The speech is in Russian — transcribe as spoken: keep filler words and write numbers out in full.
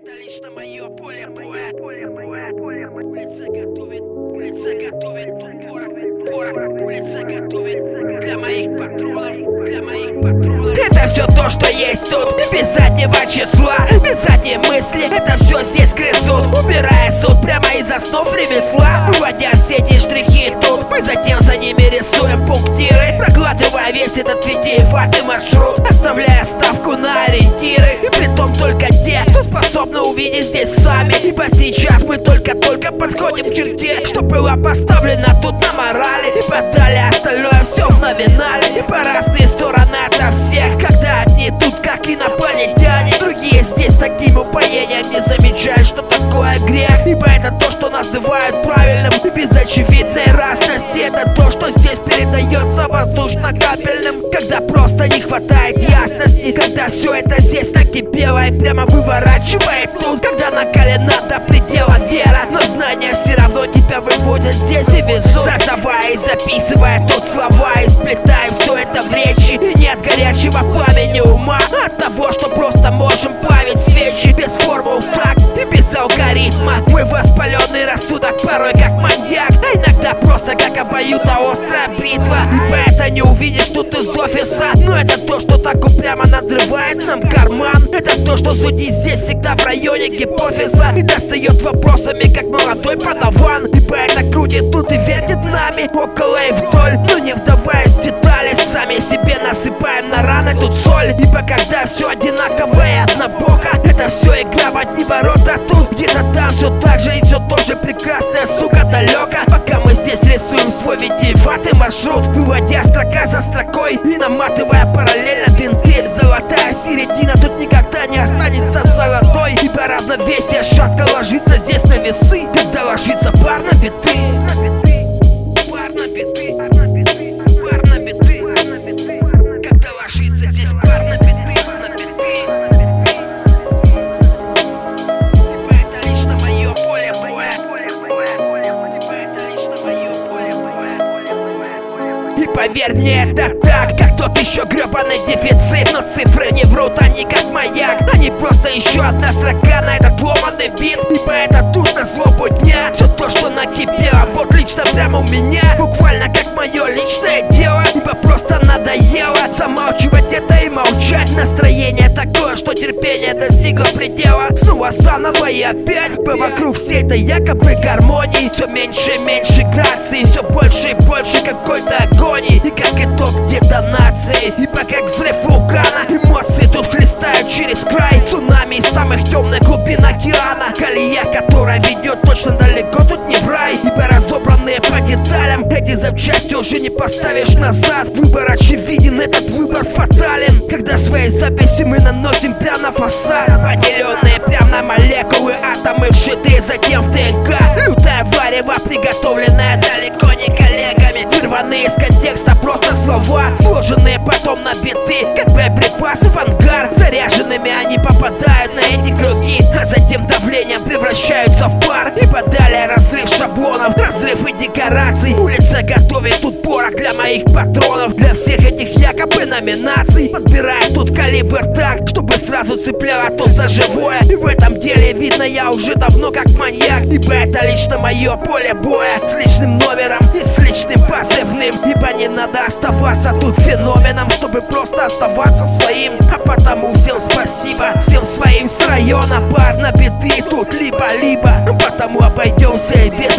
Это лично мое поле боя. Улица готовит, улица готовит тут город, город, улица готовит для моих патронов, для моих патронов. Это все то, что есть тут, без заднего числа, без задней мысли. Это все здесь грызут, убирая суд прямо из основ ремесла. Вводя все эти штрихи тут, мы затем за ними рисуем пунктиры, проглатывая весь этот витиеватый маршрут, оставляя ставку на ориентиры. И притом только те, кто способны увидеть здесь сами. Ибо сейчас мы только-только подходим к черте, что было поставлено тут на морали. И далее остальное все в номинале. И по разные стороны ото всех, когда одни тут как инопланетяне, другие здесь таким упоением не замечают, что такое грех. Ибо это то, что называют правильным, и без очевидной разности. Это то, что здесь передается воздушно-капельным, когда просто не хватает ясности, когда все это здесь накипело и прямо выворачивает тут, когда накалена до предела вера, но знания все равно тебя выводят здесь и везут, создавая и записывая тут слова, и сплетая все это в речи. И не от горячего пламени ума, а от того, что просто можем плавить свечи без формул так и без алгоритма. Мой воспаленный рассудок порой как маньяк, а иногда просто как обоюдоострая бритва. Ибо это не увидишь тут из офиса, но это то, что так упрямо надрывает нам карман. Это то, что зудит здесь всегда в районе гипофиза и достает вопросами, как молодой подаван. Ибо это крутит тут и вертит нами около и вдоль, но не вдаваясь в детали, сами себе насыпаем на раны тут соль. Ибо когда все одинаковое однобоко, это все игра в одни ворота тут. Где-то там все так же и все тоже прекрасная, сука, далека. Пока мы здесь рисуем свой витиеватый маршрут, выводя строка за строкой и наматывая параллельно бинты. Золотая середина тут никогда не останется золотой, ибо равновесие шатко ложится здесь на весы, когда ложится пар на биты. Пар на биты, пар на биты, когда ложится здесь пар на биты, на биты. Ибо это лично мое поле боя. Ибо это лично мое поле боя. И поверь мне, это так, как тот еще гребаный дефицит. Но цифры не врут, они как маяк, они просто еще одна строка на этот ломаный бит. Ибо это тут на злобу дня все то, что накипело, вот лично прямо у меня, буквально как мое личное дело. Ибо просто надоело замалчивать это и молчать. Настроение такое, что терпение достигло предела. Снова заново и опять, ибо вокруг всей этой якобы гармонии все меньше и меньше грации, все больше и больше какой-то агонии. И как итог детонации, ибо как взрыв вулкана, эмоции тут хлестают через край, цунами из самых темных глубин океана. Колея, которая ведет точно далеко, тут не в рай, ибо разобранные по деталям эти запчасти уже не поставишь назад. Выбор очевиден, этот выбор фатален, когда свои записи мы наносим прямо на фасад, поделенные прямо на молекулы, атомы вшитые затем в ДНК. Лютая варево, приготовленная далеко не коллегами, вырванные из контекста просто слова, сложенные потом на биты, как боеприпасы в ангар. Заряженными они попадают на эти круги, а затем давлением превращаются в пар. Ибо далее разрыв шаблонов, разрыв и декораций. Улица готовит тут порох для моих патронов, для всех этих якобы номинаций. Подбирает тут калибр так, чтобы сразу цепляло тут за живое. И в этом деле видно я уже давно как маньяк, ибо это лично мое поле боя, с личным номером и с личным позывным. Ибо не надо оставаться тут феноменом, чтобы просто оставаться своим. А потому всем спасибо, всем своим с района, пар на биты тут либо-либо. Потому обойдемся и без